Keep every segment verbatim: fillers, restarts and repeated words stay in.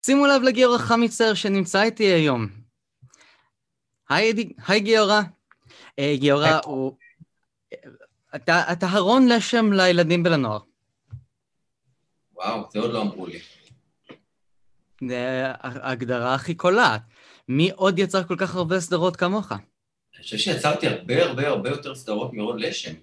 שימו לב לגיורא חמיצר שנמצא איתי היום. היי, היי גיורא. אה, גיורא הוא... אתה, אתה הרון לשם לילדים ולנוער. וואו, זה עוד לא אמרו לי. זה ההגדרה הכי קולעת. מי עוד יצר כל כך הרבה סדרות כמוך? אני חושב שיצרתי הרבה הרבה הרבה יותר סדרות מרון לשם.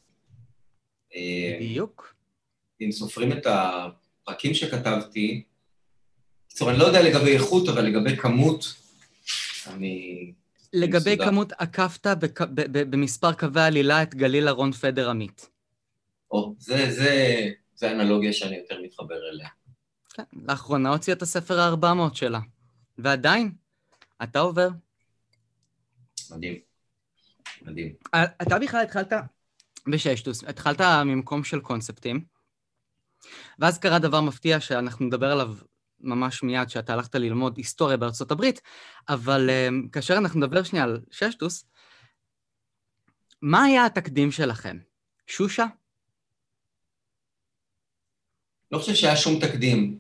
בדיוק. אם סופרים את הפרקים שכתבתי, זאת אומרת, אני לא יודע לגבי איכות, אבל לגבי כמות, אני... לגבי כמות עקפת בק... ב- ב- במספר קווי עלילה את גלילה רון פדר עמית. או, זה, זה, זה האנלוגיה שאני יותר מתחבר אליה. כן, לאחרונה הוציא את הספר ה-ארבע מאות שלה. ועדיין, אתה עובר. מדהים, מדהים. אתה בכלל התחלת בששטוס, התחלת ממקום של קונספטים, ואז קרה דבר מפתיע שאנחנו נדבר עליו ממש מיד, שאתה הלכת ללמוד היסטוריה בארצות הברית, אבל um, כאשר אנחנו נדבר שנייה על ששטוס, מה היה התקדים שלכם? שושה? לא חושב שהיה שום תקדים.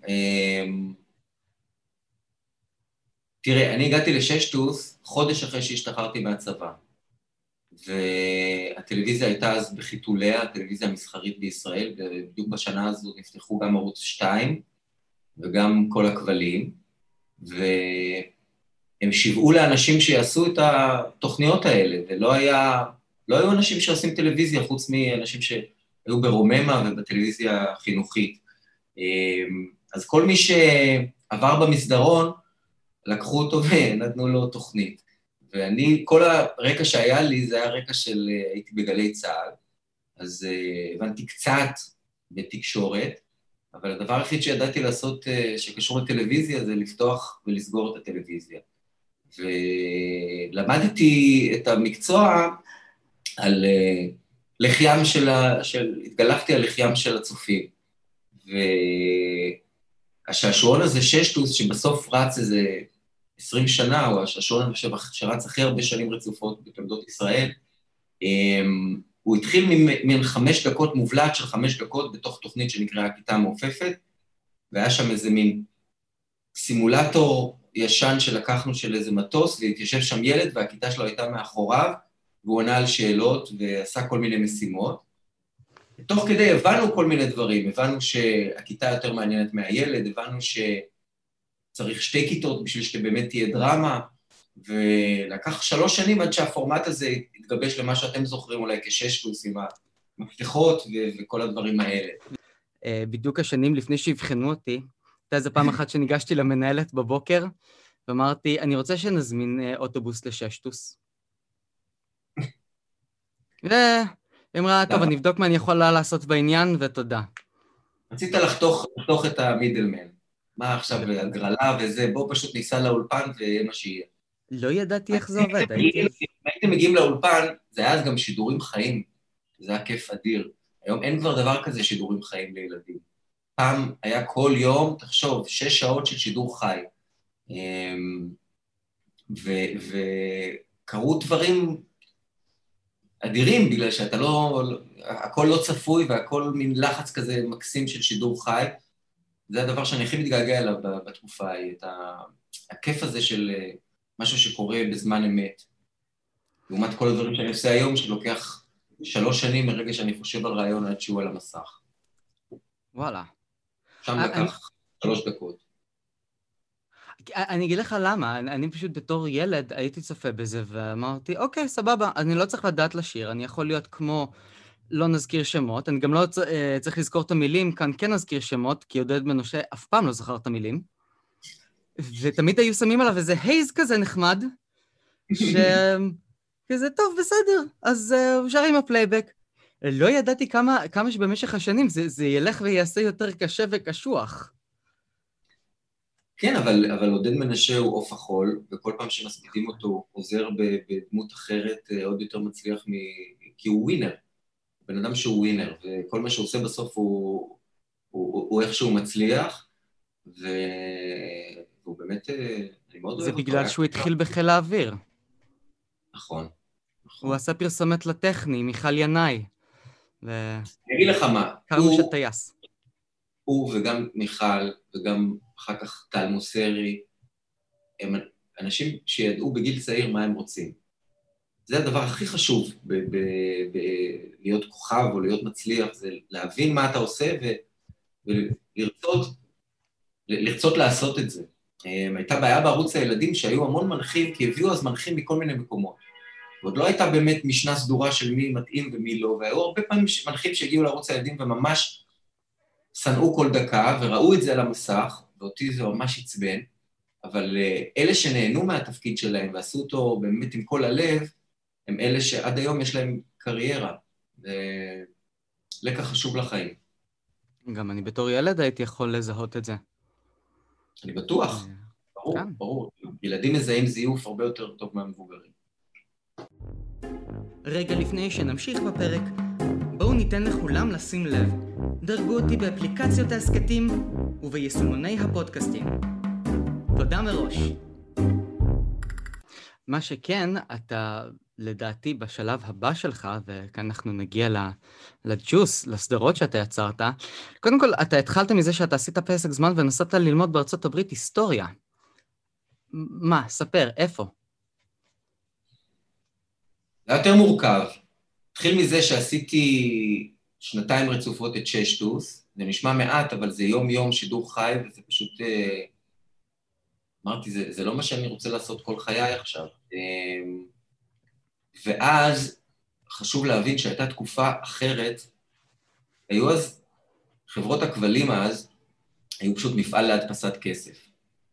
תראה, אני הגעתי לששטוס חודש אחרי שהשתחררתי מהצבא, והטלוויזיה הייתה אז בחיתוליה, הטלוויזיה המסחרית בישראל, ובדיוק בשנה הזו נפתחו גם ערוץ שתיים, וגם כל הכבלים, והם שיוועו לאנשים שיעשו את התוכניות האלה, ולא היה, לא היו אנשים שעושים טלוויזיה, חוץ מאנשים שהיו ברוממה ובטלוויזיה החינוכית. אז כל מי שעבר במסדרון, לקחו אותו ונתנו לו תוכנית. ואני, כל הרקע שהיה לי, זה היה רקע של, הייתי בגלי צהל, אז uh, הבנתי קצת בתקשורת, אבל הדבר היחיד שידעתי לעשות uh, שקשור לטלוויזיה, זה לפתוח ולסגור את הטלוויזיה. ולמדתי את המקצוע על uh, לחיים של, ה, של, התגלחתי על לחיים של הצופים. והשעשועון הזה, ששטוס, שבסוף רץ איזה עשרים שנה, או השעשועון שרץ הכי הרבה שנים רצופות בתולדות ישראל, הוא התחיל מן חמש דקות, מובלעת של חמש דקות, בתוך תוכנית שנקראה הכיתה המעופפת, והיה שם איזה מין סימולטור ישן שלקחנו של איזה מטוס, והתיישב שם ילד, והכיתה שלו הייתה מאחוריו, והוא ענה על שאלות ועשה כל מיני משימות. תוך כדי הבנו כל מיני דברים, הבנו שהכיתה יותר מעניינת מהילד, הבנו שצריך שתי כיתות בשביל שבאמת תהיה דרמה, ולקח שלוש שנים עד שהפורמט הזה התגבש למה שאתם זוכרים אולי כששטוס עם המפתחות ו- וכל הדברים האלה. בדיוק השנים לפני שהבחנו אותי, הייתה איזה פעם אחת שניגשתי למנהלת בבוקר, ואמרתי, אני רוצה שנזמין אוטובוס לששטוס. והיא אמרה, טוב, אני אבדוק מה אני יכולה לעשות בעניין, ותודה. רצית לחתוך, לחתוך את המידלמן. מה עכשיו, הגרלה וזה, בוא פשוט ניסע לאולפן ויהיה מה שיהיה. לא ידעתי איך זה עובד. אם הייתם מגיעים לאולפן, זה היה אז גם שידורים חיים. זה היה כיף אדיר. היום אין כבר דבר כזה שידורים חיים לילדים. פעם היה כל יום, תחשוב, שש שעות של שידור חי. וקרו דברים אדירים, בגלל שאתה לא, הכל לא צפוי, והכל מין לחץ כזה מקסים של שידור חי. זה הדבר שאני הכי מתגעגע אליו בתקופה ההיא, את הכיף הזה של משהו שקורה בזמן אמת. לעומת כל הדברים שאני עושה היום, שלוקח שלוש שנים מרגע שאני חושב על רעיון עד שהוא על המסך. וואלה. שם לקח שלוש דקות. אני אגיד לך למה, אני פשוט בתור ילד הייתי צופה בזה ואמרתי, אוקיי, סבבה, אני לא צריך לדעת לשיר, אני יכול להיות כמו לא נזכיר שמות, אני גם לא צריך לזכור את המילים, כאן כן נזכיר שמות, כי עודד מנושה אף פעם לא זכר את המילים, ותמיד היו שמים עליו איזה הייז כזה נחמד, שכזה טוב, בסדר, אז הוא שר עם הפלייבק. לא ידעתי כמה, כמה שבמשך השנים זה, זה ילך ויעשה יותר קשה וקשוח. כן, אבל, אבל עודד מנשה הוא עוף החול, וכל פעם שמספידים אותו הוא עוזר בדמות אחרת עוד יותר מצליח, מ... כי הוא ווינר, בן אדם שהוא ווינר, וכל מה שהוא עושה בסוף הוא, הוא, הוא איכשהו מצליח, ו... והוא באמת, אני מאוד אוהב זה אותו. בגלל שהוא התחיל בחיל האוויר. נכון, נכון. הוא עשה פרסומת לטכני, מיכל ינאי. אני אגיד לך מה, קראנו של טייס. הוא וגם מיכל, וגם אחר כך טל מוסרי, הם אנשים שידעו בגיל צעיר מה הם רוצים. זה הדבר הכי חשוב ב-להיות כוכב או להיות מצליח, זה להבין מה אתה עושה ולרצות, לרצות לעשות את זה. הייתה בעיה בערוץ הילדים שהיו המון מנחים, כי הביאו אז מנחים מכל מיני מקומות. ועוד לא הייתה באמת משנה סדורה של מי מתאים ומי לא, והיו הרבה פעמים מנחים שהגיעו לערוץ הילדים וממש שנאו כל דקה וראו את זה על המסך, ואותי זה ממש עצבן, אבל אלה שנהנו מהתפקיד שלהם ועשו אותו באמת עם כל הלב, הם אלה שעד היום יש להם קריירה. זה לקח חשוב לחיים. גם אני בתור ילד הייתי יכול לזהות את זה. אני בטוח. ברור, ברור. ילדים מזהים זיוף הרבה יותר טוב מהמבוגרים. רגע לפני שנמשיך בפרק, בואו ניתן לכולם לשים לב. דרגו אותי באפליקציות ההסקטים וביישומוני הפודקאסטים. תודה מראש. מה שכן, אתה לדעתי בשלב הבא שלך, וכאן אנחנו נגיע לג'וס, לסדרות שאתה יצרת, קודם כל, אתה התחלת מזה שאתה עשית פסק זמן ונסעת ללמוד בארצות הברית היסטוריה. מה? ספר, איפה? זה יותר מורכב. התחיל מזה שעשיתי שנתיים רצופות את ששטוס, זה נשמע מעט, אבל זה יום-יום שידור חי, וזה פשוט... אמרתי, זה, זה לא מה שאני רוצה לעשות כל חיי עכשיו. ואז חשוב להבין שהייתה תקופה אחרת, היו אז, חברות הכבלים אז, היו פשוט מפעל להדפסת כסף.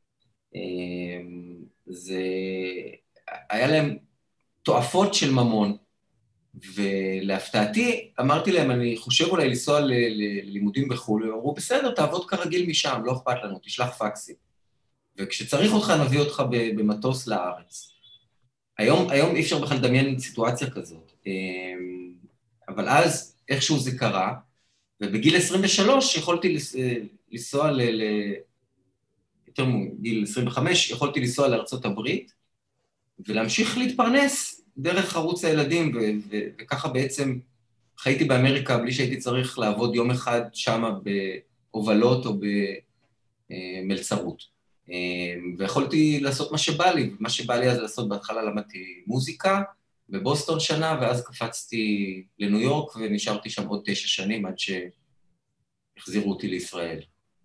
זה... היה להם תועפות של ממון, ולהפתעתי, אמרתי להם, אני חושב אולי לנסוע ללימודים בחו"ל, והם אמרו, בסדר, תעבוד כרגיל משם, לא אכפת לנו, תשלח פקסים. וכשצריך אותך, נביא אותך במטוס לארץ. היום, היום אי אפשר בכלל לדמיין סיטואציה כזאת. אבל אז, איכשהו זה קרה, ובגיל עשרים ושלוש יכולתי לנסוע ל... ל... יותר מגיל עשרים וחמש, יכולתי לנסוע לארצות הברית, ולהמשיך להתפרנס דרך ערוץ הילדים, ו... ו... וככה בעצם חייתי באמריקה בלי שהייתי צריך לעבוד יום אחד שמה בהובלות או במלצרות. ויכולתי לעשות מה שבא לי, מה שבא לי אז לעשות בהתחלה למדתי מוזיקה בבוסטון שנה, ואז קפצתי לניו יורק ונשארתי שם עוד תשע שנים עד שהחזירו אותי לישראל.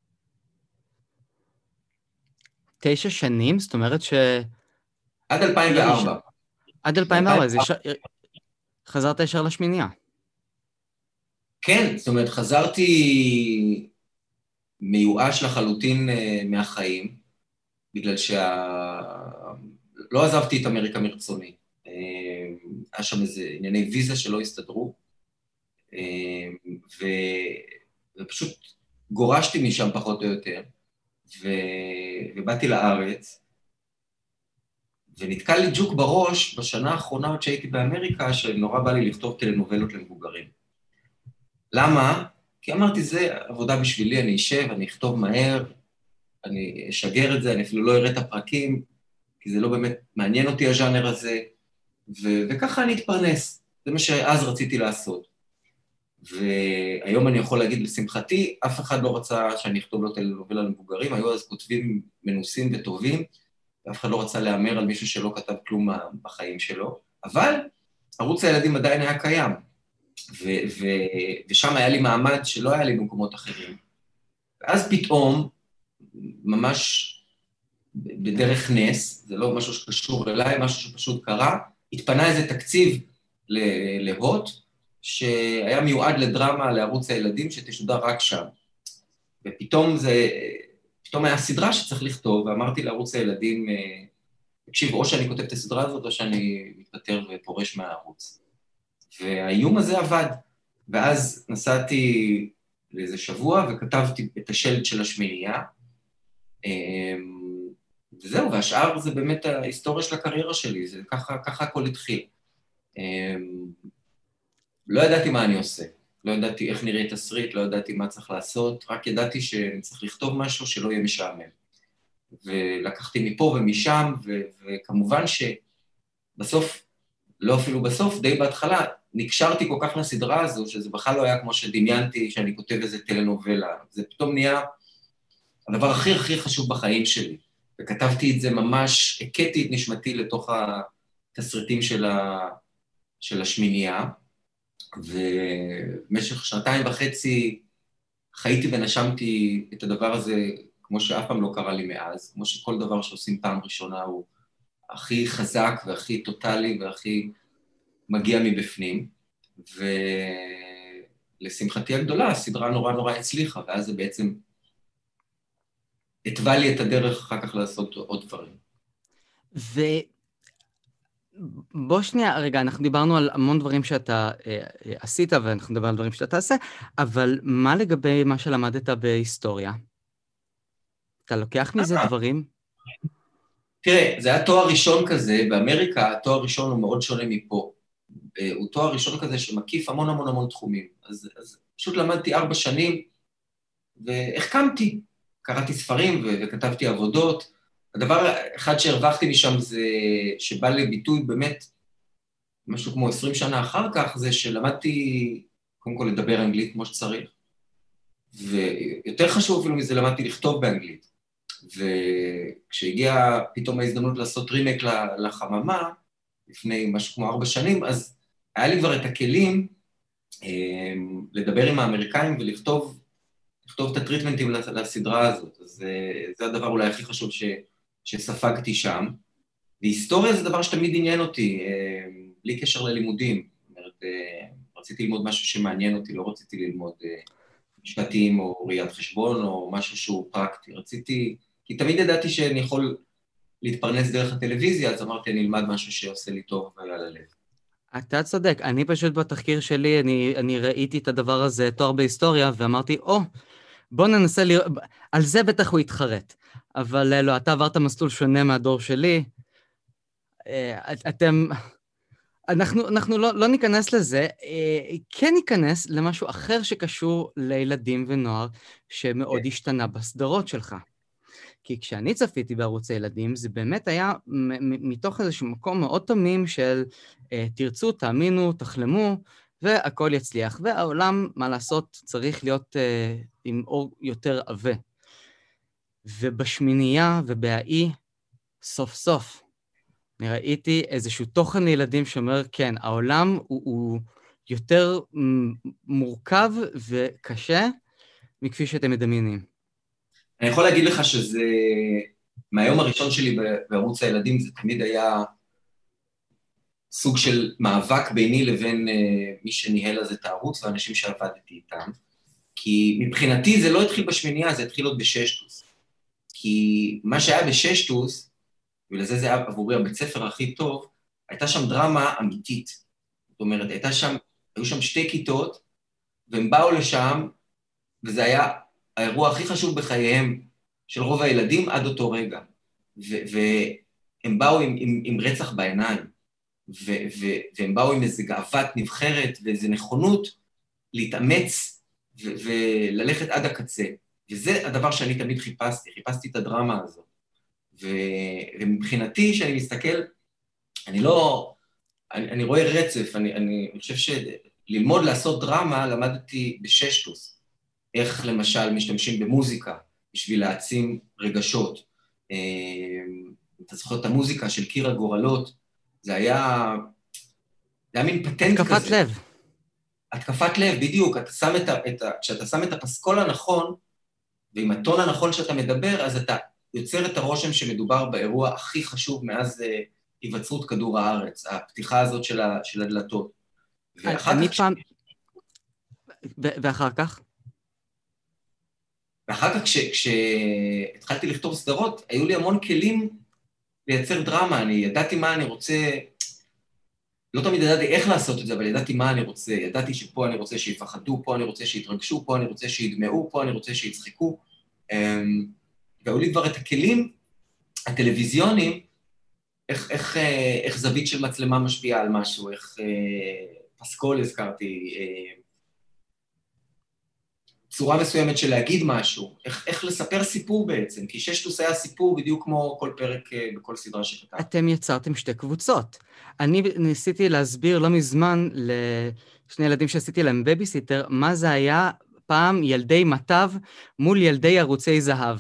תשע שנים? זאת אומרת ש... עד אלפיים וארבע. עד אלפיים וארבע, אז חזרת ישר לשמינייה. כן, זאת אומרת, חזרתי מיואש לחלוטין מהחיים, בגלל שה... לא עזבתי את אמריקה מרצוני. היה שם איזה ענייני ויזה שלא הסתדרו, ו... ופשוט גורשתי משם פחות או יותר, ו... ובאתי לארץ, ונתקע לי ג'וק בראש בשנה האחרונה עוד שהייתי באמריקה, שנורא בא לי לכתוב טלנובלות למבוגרים. למה? כי אמרתי, זה עבודה בשבילי, אני אשב, אני אכתוב מהר, אני אשגר את זה, אני אפילו לא אראה את הפרקים, כי זה לא באמת מעניין אותי הז'אנר הזה, ו- וככה אני אתפרנס. זה מה שאז רציתי לעשות. והיום אני יכול להגיד לשמחתי, אף אחד לא רצה שאני אכתוב לו טלנובלה למבוגרים, היו אז כותבים מנוסים וטובים, ואף אחד לא רצה לאמר על מישהו שלא כתב כלום בחיים שלו, אבל ערוץ הילדים עדיין היה קיים, ו- ו- ושם היה לי מעמד שלא היה לי במקומות אחרים. ואז פתאום, ממש בדרך נס, זה לא משהו שקשור אליי, משהו שפשוט קרה, התפנה איזה תקציב להוט, שהיה מיועד לדרמה לערוץ הילדים שתשודר רק שם. ופתאום זה, פתאום היה סדרה שצריך לכתוב, ואמרתי לערוץ הילדים, תקשיב, או שאני כותב את הסדרה הזאת, או שאני מתפטר ופורש מהערוץ. והאיום הזה עבד, ואז נסעתי לאיזה שבוע, וכתבתי את השלט של השמינייה, וזהו, והשאר זה באמת ההיסטוריה של הקריירה שלי, זה ככה, ככה הכל התחיל. לא ידעתי מה אני עושה, לא ידעתי איך נראה תסריט, לא ידעתי מה צריך לעשות, רק ידעתי שאני צריך לכתוב משהו שלא יהיה משעמם. ולקחתי מפה ומשם, ו- וכמובן שבסוף, לא אפילו בסוף, די בהתחלה, נקשרתי כל כך לסדרה הזו, שזה בכלל לא היה כמו שדמיינתי שאני כותב איזה טלנובלה. זה פתאום נהיה הדבר הכי הכי חשוב בחיים שלי. וכתבתי את זה ממש, הכיתי את נשמתי לתוך התסריטים של, ה, של השמינייה, ובמשך שנתיים וחצי חייתי ונשמתי את הדבר הזה, כמו שאף פעם לא קרה לי מאז, כמו שכל דבר שעושים פעם ראשונה הוא הכי חזק והכי טוטלי והכי מגיע מבפנים, ולשמחתי הגדולה, הסדרה נורא נורא הצליחה, ואז זה בעצם התווה לי את הדרך אחר כך לעשות עוד דברים. ובוא שנייה, רגע, אנחנו דיברנו על המון דברים שאתה אה, עשית, ואנחנו נדבר על דברים שאתה תעשה, אבל מה לגבי מה שלמדת בהיסטוריה? אתה לוקח מזה דברים? תראה, זה היה תואר ראשון כזה, באמריקה התואר ראשון הוא מאוד שונה מפה. הוא תואר ראשון כזה שמקיף המון המון המון תחומים. אז, אז פשוט למדתי ארבע שנים, והחכמתי. קראתי ספרים ו- וכתבתי עבודות. הדבר אחד שהרווחתי משם זה שבא לביטוי באמת, משהו כמו עשרים שנה אחר כך, זה שלמדתי קודם כל לדבר אנגלית כמו שצריך. ויותר חשוב אפילו מזה, למדתי לכתוב באנגלית. וכשהגיעה פתאום ההזדמנות לעשות רימייק לחממה, לפני משהו כמו ארבע שנים, אז היה לי כבר את הכלים אה, לדבר עם האמריקאים ולכתוב לכתוב את הטריטמנטים לסדרה הזאת. אז אה, זה הדבר אולי הכי חשוב ש, שספגתי שם. והיסטוריה זה דבר שתמיד עניין אותי, אה, בלי קשר ללימודים. זאת אומרת, אה, רציתי ללמוד משהו שמעניין אותי, לא רציתי ללמוד אה, משפטים או ראיית חשבון או משהו שהוא פרקטי. רציתי, כי תמיד ידעתי שאני יכול להתפרנס דרך הטלוויזיה, אז אמרתי, אני אלמד משהו שעושה לי טוב על הלב. אתה צודק, אני פשוט בתחקיר שלי, אני, אני ראיתי את הדבר הזה, תואר בהיסטוריה, ואמרתי, או, בוא ננסה לראות, על זה בטח הוא יתחרט. אבל לא, אתה עברת מסלול שונה מהדור שלי, אתם, אנחנו, אנחנו לא, לא ניכנס לזה, כן ניכנס למשהו אחר שקשור לילדים ונוער, שמאוד השתנה בסדרות שלך. כי כשאני צפיתי בערוץ הילדים, זה באמת היה מתוך איזשהו מקום מאוד תמים של תרצו, תאמינו, תחלמו, והכל יצליח. והעולם, מה לעשות, צריך להיות עם אור יותר עבה. ובשמינייה ובהאי, סוף סוף, אני ראיתי איזשהו תוכן לילדים שאומר, כן, העולם הוא, הוא יותר מורכב וקשה מכפי שאתם מדמיינים. אני יכול להגיד לך שזה, מהיום הראשון שלי בערוץ הילדים, זה תמיד היה סוג של מאבק ביני לבין uh, מי שניהל אז את הערוץ והאנשים שעבדתי איתם, כי מבחינתי זה לא התחיל בשמינייה, זה התחיל עוד בששטוס. כי מה שהיה בששטוס, ולזה זה היה עבורי הבית ספר הכי טוב, הייתה שם דרמה אמיתית. זאת אומרת, הייתה שם, היו שם שתי כיתות, והם באו לשם, וזה היה האירוע הכי חשוב בחייהם של רוב הילדים עד אותו רגע. והם באו עם, עם, עם רצח בעיניים, ו- ו- והם באו עם איזו גאוות נבחרת ואיזו נכונות להתאמץ ו- וללכת עד הקצה. וזה הדבר שאני תמיד חיפשתי, חיפשתי את הדרמה הזאת. ו- ומבחינתי, כשאני מסתכל, אני לא, אני, אני רואה רצף, אני, אני, אני חושב שללמוד לעשות דרמה, למדתי בששטוס. איך למשל משתמשים במוזיקה בשביל להעצים רגשות. אתה זוכר את המוזיקה של קיר הגורלות, זה היה, זה היה מין פטנט כזה. התקפת לב. התקפת לב, בדיוק. אתה שם את ה, את ה, כשאתה שם את הפסקול הנכון, ועם הטון הנכון שאתה מדבר, אז אתה יוצר את הרושם שמדובר באירוע הכי חשוב מאז היווצרות כדור הארץ, הפתיחה הזאת של, ה, של הדלתות. ואחר אני כך... פעם... ו- ואחר כך? ואחר כך, כשהתחלתי לכתוב סדרות, היו לי המון כלים לייצר דרמה. אני ידעתי מה אני רוצה, לא תמיד ידעתי איך לעשות את זה, אבל ידעתי מה אני רוצה. ידעתי שפה אני רוצה שיפחדו, פה אני רוצה שיתרגשו, פה אני רוצה שידמעו, פה אני רוצה שיצחקו. והיו לי כבר את הכלים הטלוויזיוניים, איך, איך, איך זווית של מצלמה משפיעה על משהו, איך פסקול הזכרתי, צורה מסוימת של להגיד משהו, איך, איך לספר סיפור בעצם, כי ששטוס היה סיפור בדיוק כמו כל פרק בכל סדרה שכתב. אתם יצרתם שתי קבוצות. אני ניסיתי להסביר לא מזמן לשני ילדים שעשיתי להם בייביסיטר, מה זה היה פעם ילדי מטב מול ילדי ערוצי זהב.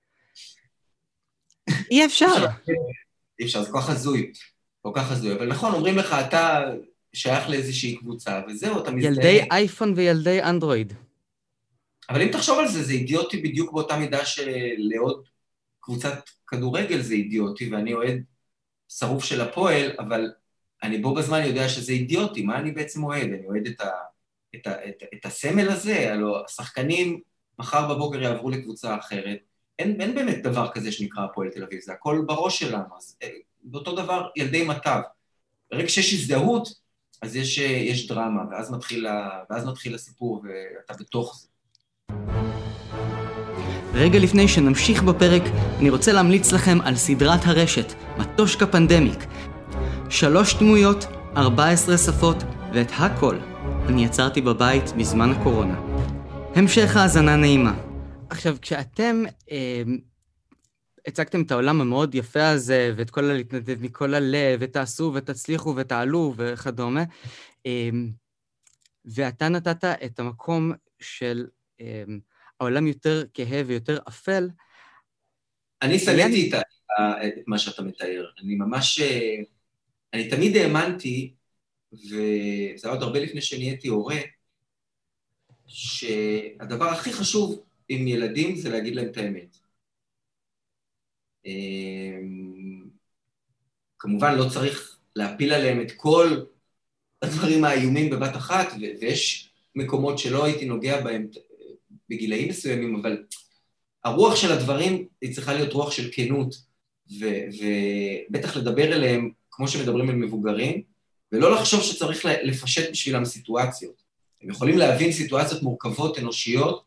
אי אפשר. אי אפשר, זה כל כך הזוי, כל כך הזוי, אבל נכון, אומרים לך, אתה שייך לאיזושהי קבוצה, וזהו, אתה מזדהה. ילדי אייפון וילדי אנדרואיד. אבל אם תחשוב על זה, זה אידיוטי בדיוק באותה מידה שלעוד קבוצת כדורגל זה אידיוטי, ואני אוהד שרוף של הפועל, אבל אני בו בזמן יודע שזה אידיוטי, מה אני בעצם אוהד? אני אוהד את, ה, את, ה, את, את הסמל הזה, הלוא השחקנים מחר בבוקר יעברו לקבוצה אחרת, אין, אין באמת דבר כזה שנקרא הפועל תל אביב, זה הכל בראש שלנו, אז באותו דבר ילדי מטב. ברגע שיש הזדהות, אז יש, יש דרמה, ואז מתחיל, ואז מתחיל הסיפור, ואתה בתוך זה. רגע לפני שנמשיך בפרק, אני רוצה להמליץ לכם על סדרת הרשת, מטושקה פנדמיק. שלוש דמויות, ארבע עשרה שפות, ואת הכל אני יצרתי בבית בזמן הקורונה. המשך האזנה נעימה. עכשיו, כשאתם אה, הצגתם את העולם המאוד יפה הזה, ואת כל הלהתנדב מכל הלב, ותעשו ותצליחו ותעלו וכדומה, אה, ואתה נתת את המקום של אה, העולם יותר כהה ויותר אפל. אני סניתי את, את מה שאתה מתאר. אני ממש, אני תמיד האמנתי, וזה עוד הרבה לפני שנהייתי הורה, שהדבר הכי חשוב עם ילדים זה להגיד להם את האמת. כמובן לא צריך להפיל עליהם את כל הדברים האיומים בבת אחת, ויש מקומות שלא הייתי נוגע בהם בגילאים מסוימים, אבל הרוח של הדברים היא צריכה להיות רוח של כנות, ובטח לדבר אליהם כמו שמדברים על מבוגרים, ולא לחשוב שצריך לפשט בשבילם סיטואציות. הם יכולים להבין סיטואציות מורכבות, אנושיות,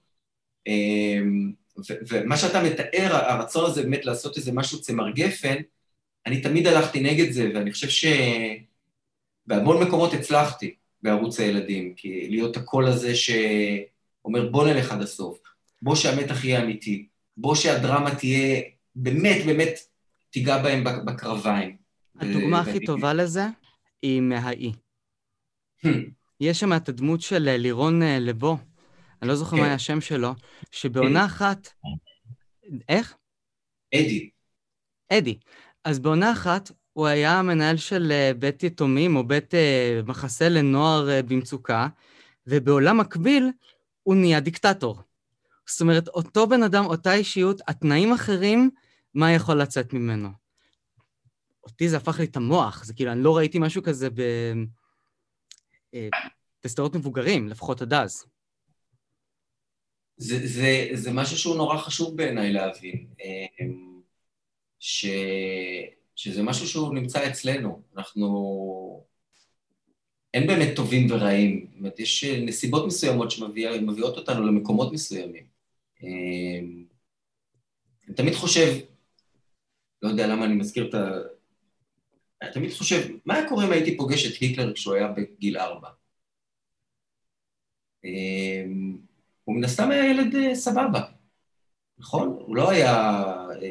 ומה שאתה מתאר, הרצון הזה באמת לעשות איזה משהו צמר גפן, אני תמיד הלכתי נגד זה, ואני חושב שבהמון מקומות הצלחתי בערוץ הילדים, כי להיות הקול הזה שאומר בוא נלך עד הסוף, בוא שהמתח יהיה אמיתי, בוא שהדרמה תהיה, באמת באמת תיגע בהם בקרביים. הדוגמה הכי טובה לזה היא מהאי. יש שם את הדמות של לירון לבו, אני לא זוכר מה היה השם שלו, שבעונה אחת... איך? אדי. אדי. אז בעונה אחת הוא היה המנהל של בית יתומים או בית מחסה לנוער במצוקה, ובעולם מקביל הוא נהיה דיקטטור. זאת אומרת, אותו בן אדם, אותה אישיות, התנאים אחרים, מה יכול לצאת ממנו? אותי זה הפך לי את המוח, זה כאילו, אני לא ראיתי משהו כזה ב... בסדרות מבוגרים, לפחות עד אז. זה, זה, זה משהו שהוא נורא חשוב בעיניי להבין, ש, שזה משהו שהוא נמצא אצלנו. אנחנו... אין באמת טובים ורעים, זאת אומרת, יש נסיבות מסוימות שמביאות אותנו למקומות מסוימים. אני תמיד חושב, לא יודע למה אני מזכיר את ה... אני תמיד חושב, מה היה קורה אם הייתי פוגש את היטלר כשהוא היה בגיל ארבע? הוא מן הסתם היה ילד סבבה, נכון? הוא לא היה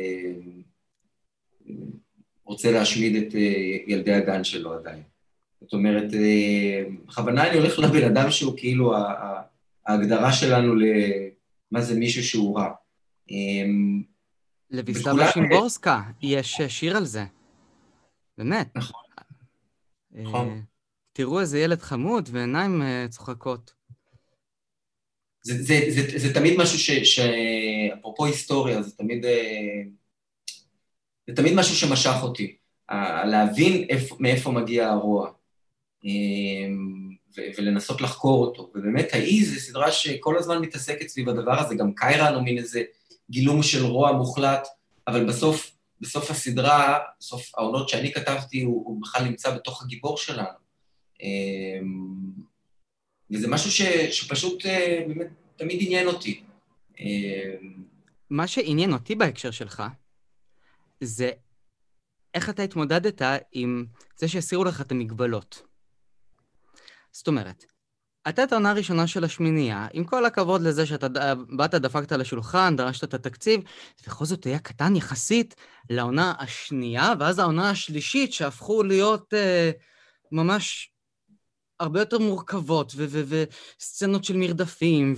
רוצה להשמיד את ילדי הגן שלו עדיין. זאת אומרת, בכוונה אני הולך לבן אדם שהוא כאילו ההגדרה שלנו למה זה מישהו שהוא רע. לויסלבה שימבורסקה, יש שיר על זה. באמת. נכון. נכון. תראו איזה ילד חמוד ועיניים צוחקות. זה, זה, זה, זה תמיד משהו ש, שאפרופו היסטוריה, זה תמיד, זה תמיד משהו שמשך אותי, להבין איפה, מאיפה מגיע הרוע, ו, ולנסות לחקור אותו. ובאמת, האי זה סדרה שכל הזמן מתעסקת סביב הדבר הזה, גם קיירן הוא מין איזה גילום של רוע מוחלט, אבל בסוף, בסוף הסדרה, בסוף העונות שאני כתבתי, הוא, הוא בכלל נמצא בתוך הגיבור שלנו. וזה משהו ש, שפשוט באמת תמיד עניין אותי. מה שעניין אותי בהקשר שלך, זה איך אתה התמודדת עם זה שהסירו לך את המגבלות. זאת אומרת, הייתה את העונה הראשונה של השמינייה, עם כל הכבוד לזה שאתה באת, דפקת לשולחן, דרשת את התקציב, בכל זאת היה קטן יחסית לעונה השנייה, ואז העונה השלישית שהפכו להיות אה, ממש הרבה יותר מורכבות, וסצנות של מרדפים,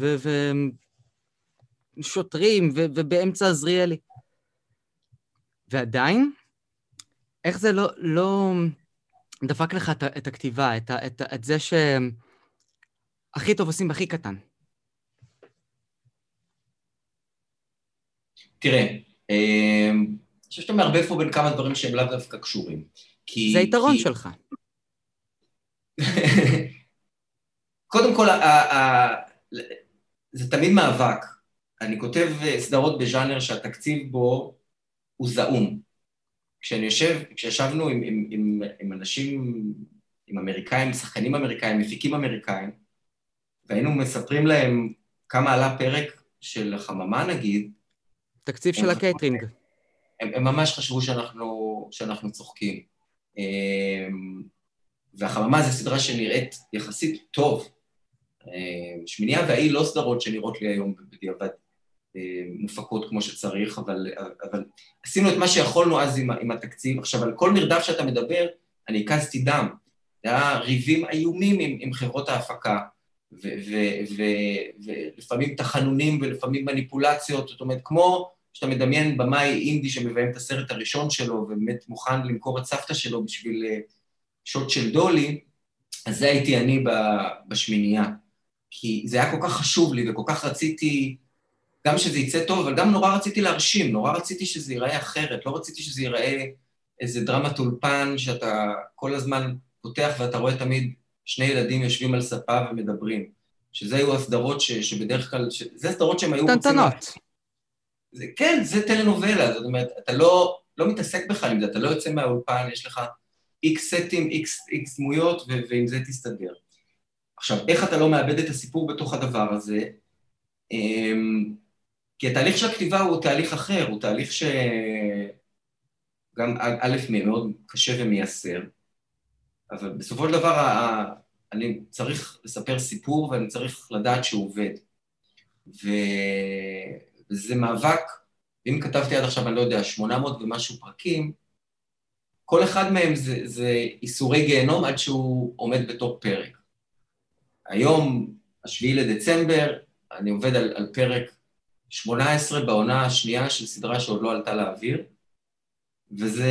ושוטרים, ובאמצע עזריאלי. ועדיין, איך זה לא, לא דפק לך את, את הכתיבה, את, את, את זה שהכי טוב עושים בהכי קטן? תראה, אני חושב שאתה מערבב פה בין כמה דברים שהם לאו דווקא קשורים. כי, זה היתרון כי... שלך. קודם כל, זה תמיד מאבק. אני כותב סדרות בז'אנר שהתקציב בו הוא זעום. כשאני יושב, כשישבנו עם, עם, עם, עם אנשים, עם אמריקאים, שחקנים אמריקאים, מפיקים אמריקאים, והיינו מספרים להם כמה עלה פרק של החממה, נגיד, תקציב של הקייטרינג. הם, הם ממש חשבו שאנחנו, שאנחנו צוחקים. והחממה זו סדרה שנראית יחסית טוב. שמיניה והאי לא סדרות שנראות לי היום בדיעבד מופקות כמו שצריך, אבל, אבל עשינו את מה שיכולנו אז עם, עם התקציב. עכשיו, על כל מרדף שאתה מדבר, אני הקזתי דם. זה היה ריבים איומים עם, עם חברות ההפקה, ו, ו, ו, ולפעמים תחנונים ולפעמים מניפולציות, זאת אומרת, כמו שאתה מדמיין במאי אינדי שמביים את הסרט הראשון שלו, ובאמת מוכן למכור את סבתא שלו בשביל שוט של דולי, אז זה הייתי אני בשמינייה. כי זה היה כל כך חשוב לי, וכל כך רציתי, גם שזה יצא טוב, אבל גם נורא רציתי להרשים, נורא רציתי שזה ייראה אחרת, לא רציתי שזה ייראה איזה דרמת אולפן, שאתה כל הזמן פותח ואתה רואה תמיד שני ילדים יושבים על ספה ומדברים. שזה היו הסדרות ש, שבדרך כלל, ש, זה הסדרות שהם היו רוצים... טנטנות. זה, כן, זה טלנובלה, זאת אומרת, אתה לא, לא מתעסק בכלל עם זה, אתה לא יוצא מהאולפן, יש לך איקס סטים, איקס, איקס דמויות, ו, ועם זה תסתדר. עכשיו, איך אתה לא מאבד את הסיפור בתוך הדבר הזה? כי התהליך של הכתיבה הוא תהליך אחר, הוא תהליך שגם א' מאוד קשה ומייסר, אבל בסופו של דבר אני צריך לספר סיפור ואני צריך לדעת שהוא עובד. וזה מאבק, אם כתבתי עד עכשיו, אני לא יודע, שמונה מאות ומשהו פרקים, כל אחד מהם זה, זה איסורי גיהנום עד שהוא עומד בתור פרק. היום, השביעי לדצמבר, אני עובד על, על פרק שמונה עשרה בעונה השנייה של סדרה שעוד לא עלתה לאוויר, וזה,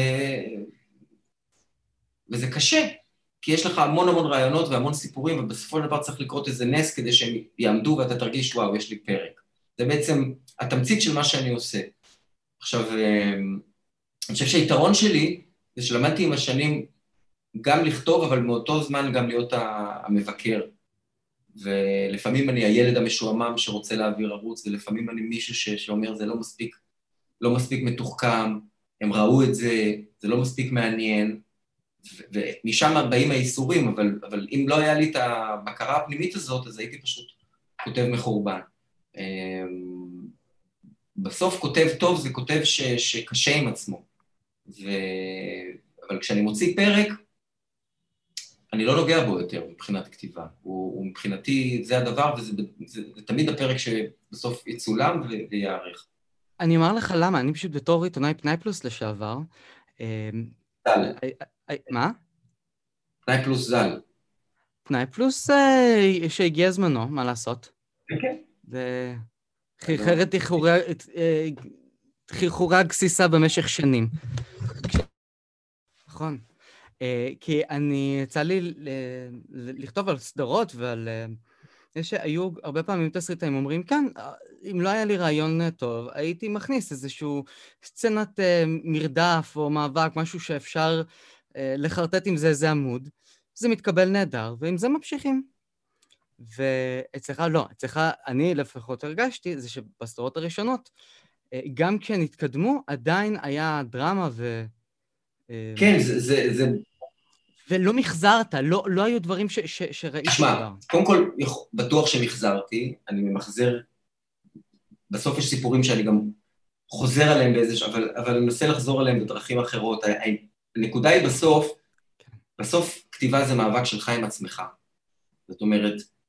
וזה קשה, כי יש לך המון המון רעיונות והמון סיפורים, ובסופו של דבר צריך לקרות איזה נס כדי שהם יעמדו ואתה תרגיש, וואו, יש לי פרק. זה בעצם התמצית של מה שאני עושה. עכשיו, אני חושב שהיתרון שלי, זה שלמדתי עם השנים גם לכתוב, אבל מאותו זמן גם להיות המבקר. ולפעמים אני הילד המשועמם שרוצה להעביר ערוץ, ולפעמים אני מישהו ש... שאומר, זה לא מספיק, לא מספיק מתוחכם, הם ראו את זה, זה לא מספיק מעניין, ו... ומשם באים האיסורים, אבל, אבל אם לא היה לי את הבקרה הפנימית הזאת, אז הייתי פשוט כותב מחורבן. בסוף כותב טוב זה כותב ש... שקשה עם עצמו, ו... אבל כשאני מוציא פרק, אני לא נוגע בו יותר מבחינת הכתיבה. הוא, הוא מבחינתי, זה הדבר, וזה זה, זה תמיד הפרק שבסוף יצולם ו, ויערך. אני אומר לך למה, אני פשוט בתור עיתונאי פנאי פלוס לשעבר. זל. מה? פנאי פלוס זל. פנאי פלוס שהגיע זמנו, מה לעשות? כן. זה חרחרת חרחורה גסיסה במשך שנים. נכון. כי אני, יצא לי לכתוב על סדרות ועל... יש שהיו הרבה פעמים תסריטאים אומרים, כאן, אם לא היה לי רעיון טוב, הייתי מכניס איזשהו סצנת מרדף או מאבק, משהו שאפשר לחרטט עם זה איזה עמוד, זה מתקבל נהדר, ועם זה ממשיכים. ואצלך לא, אצלך אני לפחות הרגשתי, זה שבסדרות הראשונות, גם כשהן התקדמו, עדיין היה דרמה ו... כן, זה... זה, זה... ולא מחזרת, לא, לא היו דברים ש, ש, שראיתי שמה, כבר. קודם כל, בטוח שמחזרתי, אני ממחזר, בסוף יש סיפורים שאני גם חוזר עליהם באיזה, אבל, אבל אני מנסה לחזור עליהם בדרכים אחרות. הנקודה היא בסוף, בסוף כתיבה זה מאבק שלך עם עצמך. זאת אומרת,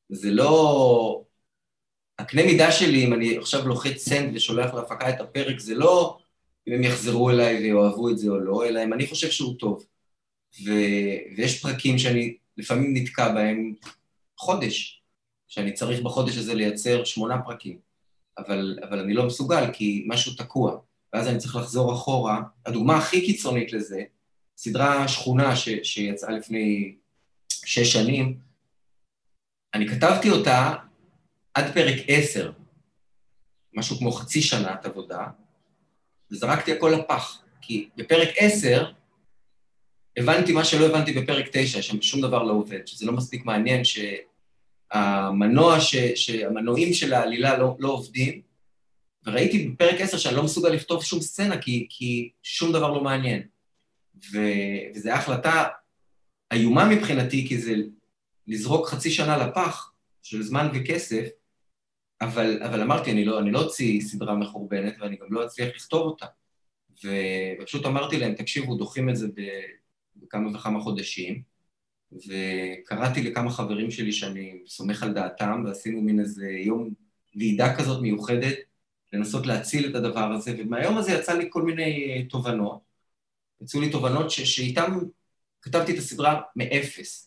זה לא... הקנה מידה שלי, אם אני עכשיו לוחץ סנד ושולח להפקה את הפרק, זה לא אם הם יחזרו אליי ויאהבו את זה או לא, אלא אם אני חושב שהוא טוב. ו... ויש פרקים שאני לפעמים נתקע בהם חודש, שאני צריך בחודש הזה לייצר שמונה פרקים, אבל, אבל אני לא מסוגל כי משהו תקוע, ואז אני צריך לחזור אחורה. הדוגמה הכי קיצונית לזה, סדרה שכונה ש... שיצאה לפני שש שנים, אני כתבתי אותה עד פרק עשר, משהו כמו חצי שנת עבודה, וזרקתי הכל לפח, כי בפרק עשר הבנתי מה שלא הבנתי בפרק תשע, שם שום דבר לא עובד, שזה לא מספיק מעניין שהמנוע, ש, שהמנועים של העלילה לא, לא עובדים, וראיתי בפרק עשר שאני לא מסוגל לכתוב שום סצנה, כי, כי שום דבר לא מעניין. ו, וזו החלטה איומה מבחינתי, כי זה לזרוק חצי שנה לפח של זמן וכסף, אבל, אבל אמרתי, אני לא, אני לא אוציא סדרה מחורבנת, ואני גם לא אצליח לכתוב אותה. ופשוט אמרתי להם, תקשיבו, דוחים את זה בכמה וכמה חודשים, וקראתי לכמה חברים שלי שאני סומך על דעתם, ועשינו מין איזה יום ועידה כזאת מיוחדת, לנסות להציל את הדבר הזה, ומהיום הזה יצא לי כל מיני תובנות, יצאו לי תובנות ש- שאיתם כתבתי את הסדרה מאפס.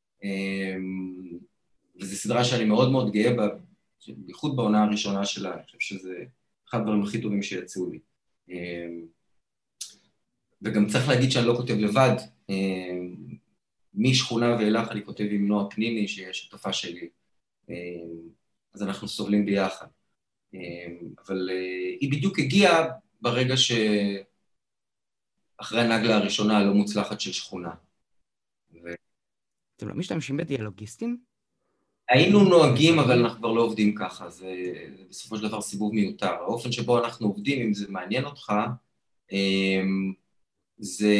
וזו סדרה שאני מאוד מאוד גאה בה, בייחוד בעונה הראשונה שלה, אני חושב שזה אחד הדברים הכי טובים שיצאו לי. וגם צריך להגיד שאני לא כותב לבד, משכונה ואילך אני כותב עם נועה פניני, שהיא השותפה שלי, אז אנחנו סובלים ביחד. אבל היא בדיוק הגיעה ברגע שאחרי הנגלה הראשונה הלא מוצלחת של שכונה. אתם לא משתמשים בדיאלוגיסטים? היינו נוהגים, אבל אנחנו כבר לא עובדים ככה, זה בסופו של דבר סיבוב מיותר. האופן שבו אנחנו עובדים, אם זה מעניין אותך, זה...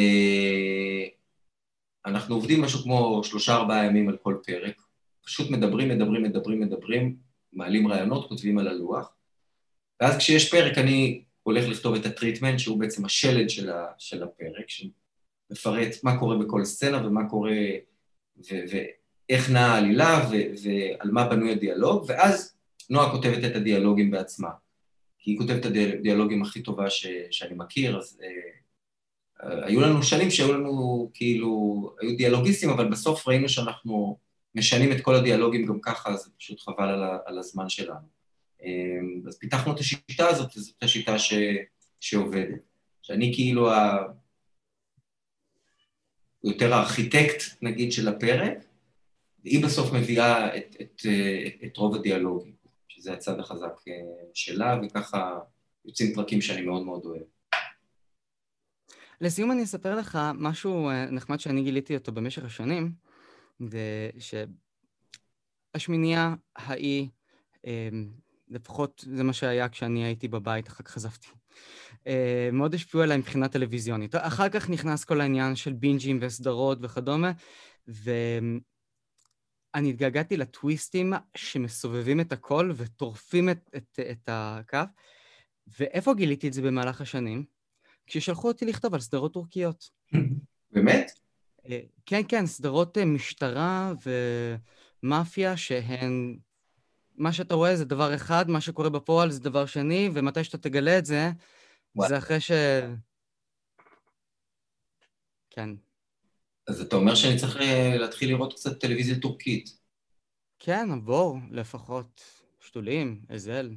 אנחנו עובדים משהו כמו שלושה ארבעה ימים על כל פרק, פשוט מדברים, מדברים, מדברים, מדברים, מעלים רעיונות, כותבים על הלוח, ואז כשיש פרק אני הולך לכתוב את הטריטמנט, שהוא בעצם השלד של, ה... של הפרק, שמפרט מה קורה בכל סצנה ומה קורה, ו... ואיך נעה העלילה ו... ועל מה בנוי הדיאלוג, ואז נועה כותבת את הדיאלוגים בעצמה, כי היא כותבת את הדיאלוגים הכי טובה ש... שאני מכיר, אז... היו לנו שנים שהיו לנו, כאילו, היו דיאלוגיסטים, אבל בסוף ראינו שאנחנו משנים את כל הדיאלוגים גם ככה, אז זה פשוט חבל על, ה, על הזמן שלנו. אז פיתחנו את השיטה הזאת, וזאת השיטה ש, שעובדת. שאני כאילו ה... יותר הארכיטקט, נגיד, של הפרק, והיא בסוף מביאה את, את, את, את רוב הדיאלוגים, שזה הצד החזק שלה, וככה יוצאים פרקים שאני מאוד מאוד אוהב. לסיום אני אספר לך משהו נחמד שאני גיליתי אותו במשך השנים, זה שהשמינייה ההיא, לפחות זה מה שהיה כשאני הייתי בבית, אחר כך חזפתי, מאוד השפיעו עליי מבחינה טלוויזיונית. אחר כך נכנס כל העניין של בינג'ים וסדרות וכדומה, ואני התגעגעתי לטוויסטים שמסובבים את הכל וטורפים את, את, את הקו, ואיפה גיליתי את זה במהלך השנים? כששלחו אותי לכתוב על סדרות טורקיות. באמת? כן, כן, סדרות משטרה ומאפיה שהן... מה שאתה רואה זה דבר אחד, מה שקורה בפועל זה דבר שני, ומתי שאתה תגלה את זה, וואו. זה אחרי ש... כן. אז אתה אומר שאני צריך להתחיל לראות קצת טלוויזיה טורקית. כן, עבור, לפחות שתולים, אזל.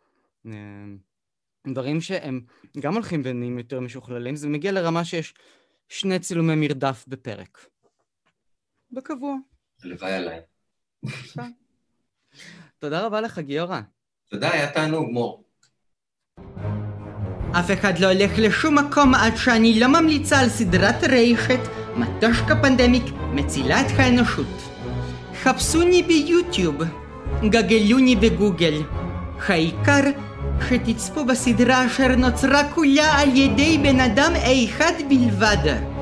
דברים שהם גם הולכים ונהיים יותר משוכללים, זה מגיע לרמה שיש שני צילומי מרדף בפרק. בקבוע. הלוואי עליי. תודה רבה לך, גיורא. תודה, היה תענוג, מור. אף אחד לא הולך לשום מקום עד שאני לא ממליצה על סדרת רשת, מטושקה פנדמיק מצילה את האנושות. חפשוני ביוטיוב, גגלוני בגוגל. העיקר שתצפו בסדרה אשר נוצרה כולה על ידי בן אדם אחד בלבד.